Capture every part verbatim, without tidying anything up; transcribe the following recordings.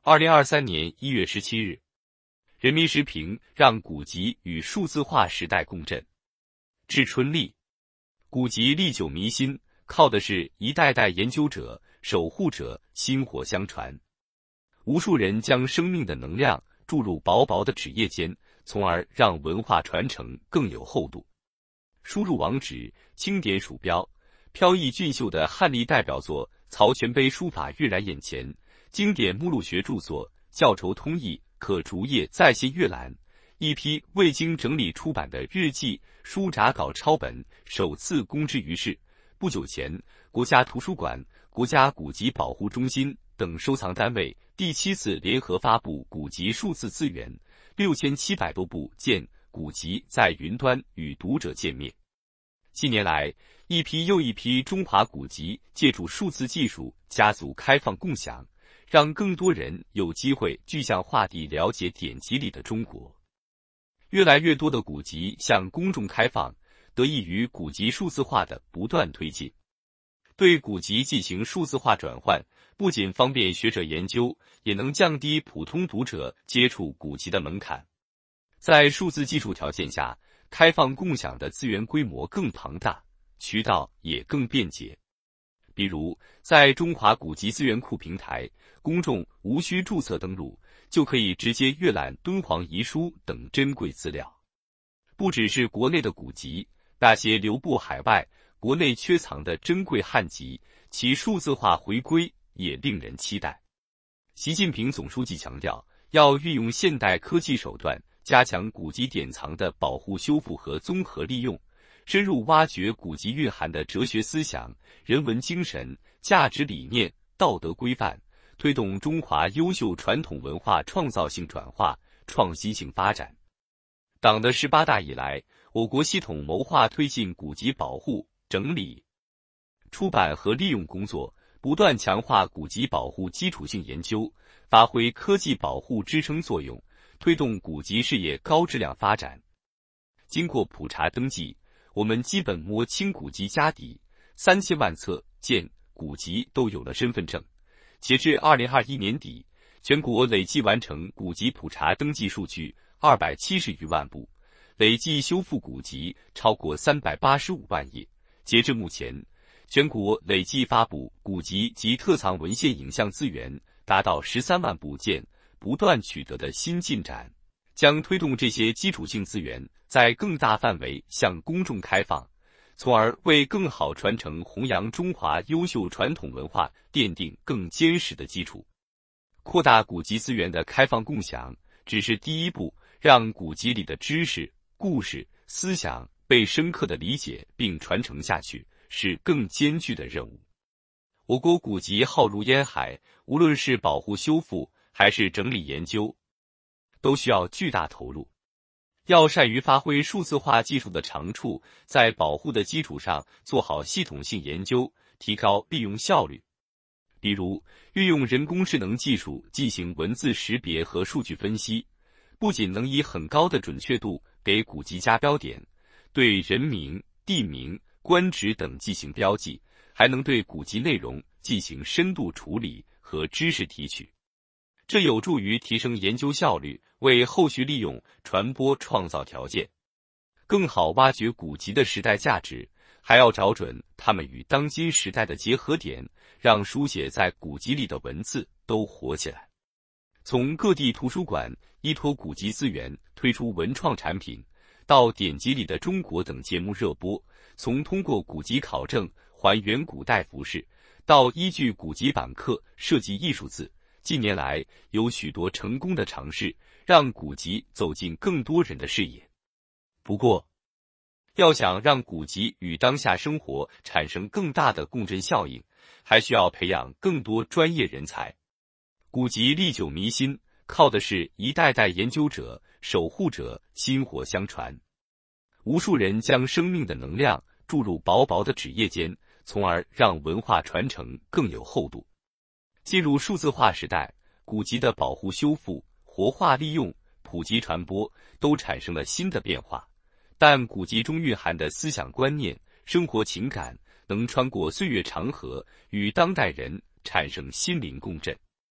二零二三年一月十七日，人民时评让古籍与数字化时代共振。致春丽，古籍历久弥新，靠的是一代代研究者、守护者薪火相传。无数人将生命的能量注入薄薄的纸页间，从而让文化传承更有厚度。输入网址，轻点鼠标，飘逸俊秀的汉历代表作《曹全碑书法》跃然眼前。经典目录学著作《教筹通义》可逐页在线阅览，一批未经整理出版的日记、书札稿抄本首次公之于世。不久前，国家图书馆、国家古籍保护中心等收藏单位第七次联合发布古籍数字资源，六千七百多部件古籍在云端与读者见面。近年来，一批又一批中华古籍借助数字技术加速开放共享，让更多人有机会具象化地了解典籍里的中国。越来越多的古籍向公众开放，得益于古籍数字化的不断推进。对古籍进行数字化转换，不仅方便学者研究，也能降低普通读者接触古籍的门槛。在数字技术条件下，开放共享的资源规模更庞大，渠道也更便捷。比如，在中华古籍资源库平台，公众无需注册登录，就可以直接阅览敦煌遗书等珍贵资料。不只是国内的古籍，那些流布海外、国内缺藏的珍贵汉籍，其数字化回归也令人期待。习近平总书记强调，要运用现代科技手段，加强古籍典藏的保护、修复和综合利用，深入挖掘古籍蕴含的哲学思想、人文精神、价值理念、道德规范，推动中华优秀传统文化创造性转化、创新性发展。党的十八大以来，我国系统谋划推进古籍保护、整理、出版和利用工作，不断强化古籍保护基础性研究，发挥科技保护支撑作用，推动古籍事业高质量发展。经过普查登记，我们基本摸清古籍家底，三千万册件古籍都有了身份证。截至二零二一年底，全国累计完成古籍普查登记数据二百七十余万部，累计修复古籍超过三百八十五万页。截至目前，全国累计发布古籍及特藏文献影像资源达到十三万部件，不断取得的新进展，将推动这些基础性资源在更大范围向公众开放，从而为更好传承弘扬中华优秀传统文化奠定更坚实的基础。扩大古籍资源的开放共享只是第一步，让古籍里的知识、故事、思想被深刻的理解并传承下去，是更艰巨的任务。我国古籍浩如烟海，无论是保护修复还是整理研究，都需要巨大投入。要善于发挥数字化技术的长处，在保护的基础上做好系统性研究，提高利用效率。比如，运用人工智能技术进行文字识别和数据分析，不仅能以很高的准确度给古籍加标点，对人名、地名、官职等进行标记，还能对古籍内容进行深度处理和知识提取。这有助于提升研究效率，为后续利用、传播创造条件。更好挖掘古籍的时代价值，还要找准它们与当今时代的结合点，让书写在古籍里的文字都活起来。从各地图书馆依托古籍资源推出文创产品，到典籍里的中国等节目热播，从通过古籍考证还原古代服饰，到依据古籍板刻设计艺术字，近年来有许多成功的尝试，让古籍走进更多人的视野。不过，要想让古籍与当下生活产生更大的共振效应，还需要培养更多专业人才。古籍历久弥新，靠的是一代代研究者、守护者薪火相传。无数人将生命的能量注入薄薄的纸页间，从而让文化传承更有厚度。进入数字化时代，古籍的保护、修复、活化利用、普及传播都产生了新的变化。但古籍中蕴含的思想观念、生活情感，能穿过岁月长河，与当代人产生心灵共振。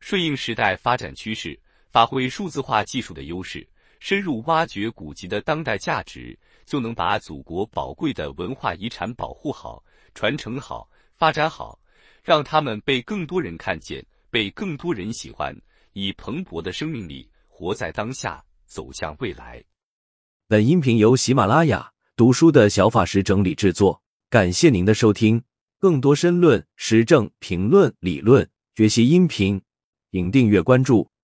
顺应时代发展趋势，发挥数字化技术的优势，深入挖掘古籍的当代价值，就能把祖国宝贵的文化遗产保护好、传承好、发展好，让他们被更多人看见，被更多人喜欢，以蓬勃的生命力活在当下，走向未来。 本音频由喜马拉雅读书的小法师整理制作，感谢您的收听。更多深论、时政、评论、理论、学习音频，请订阅关注。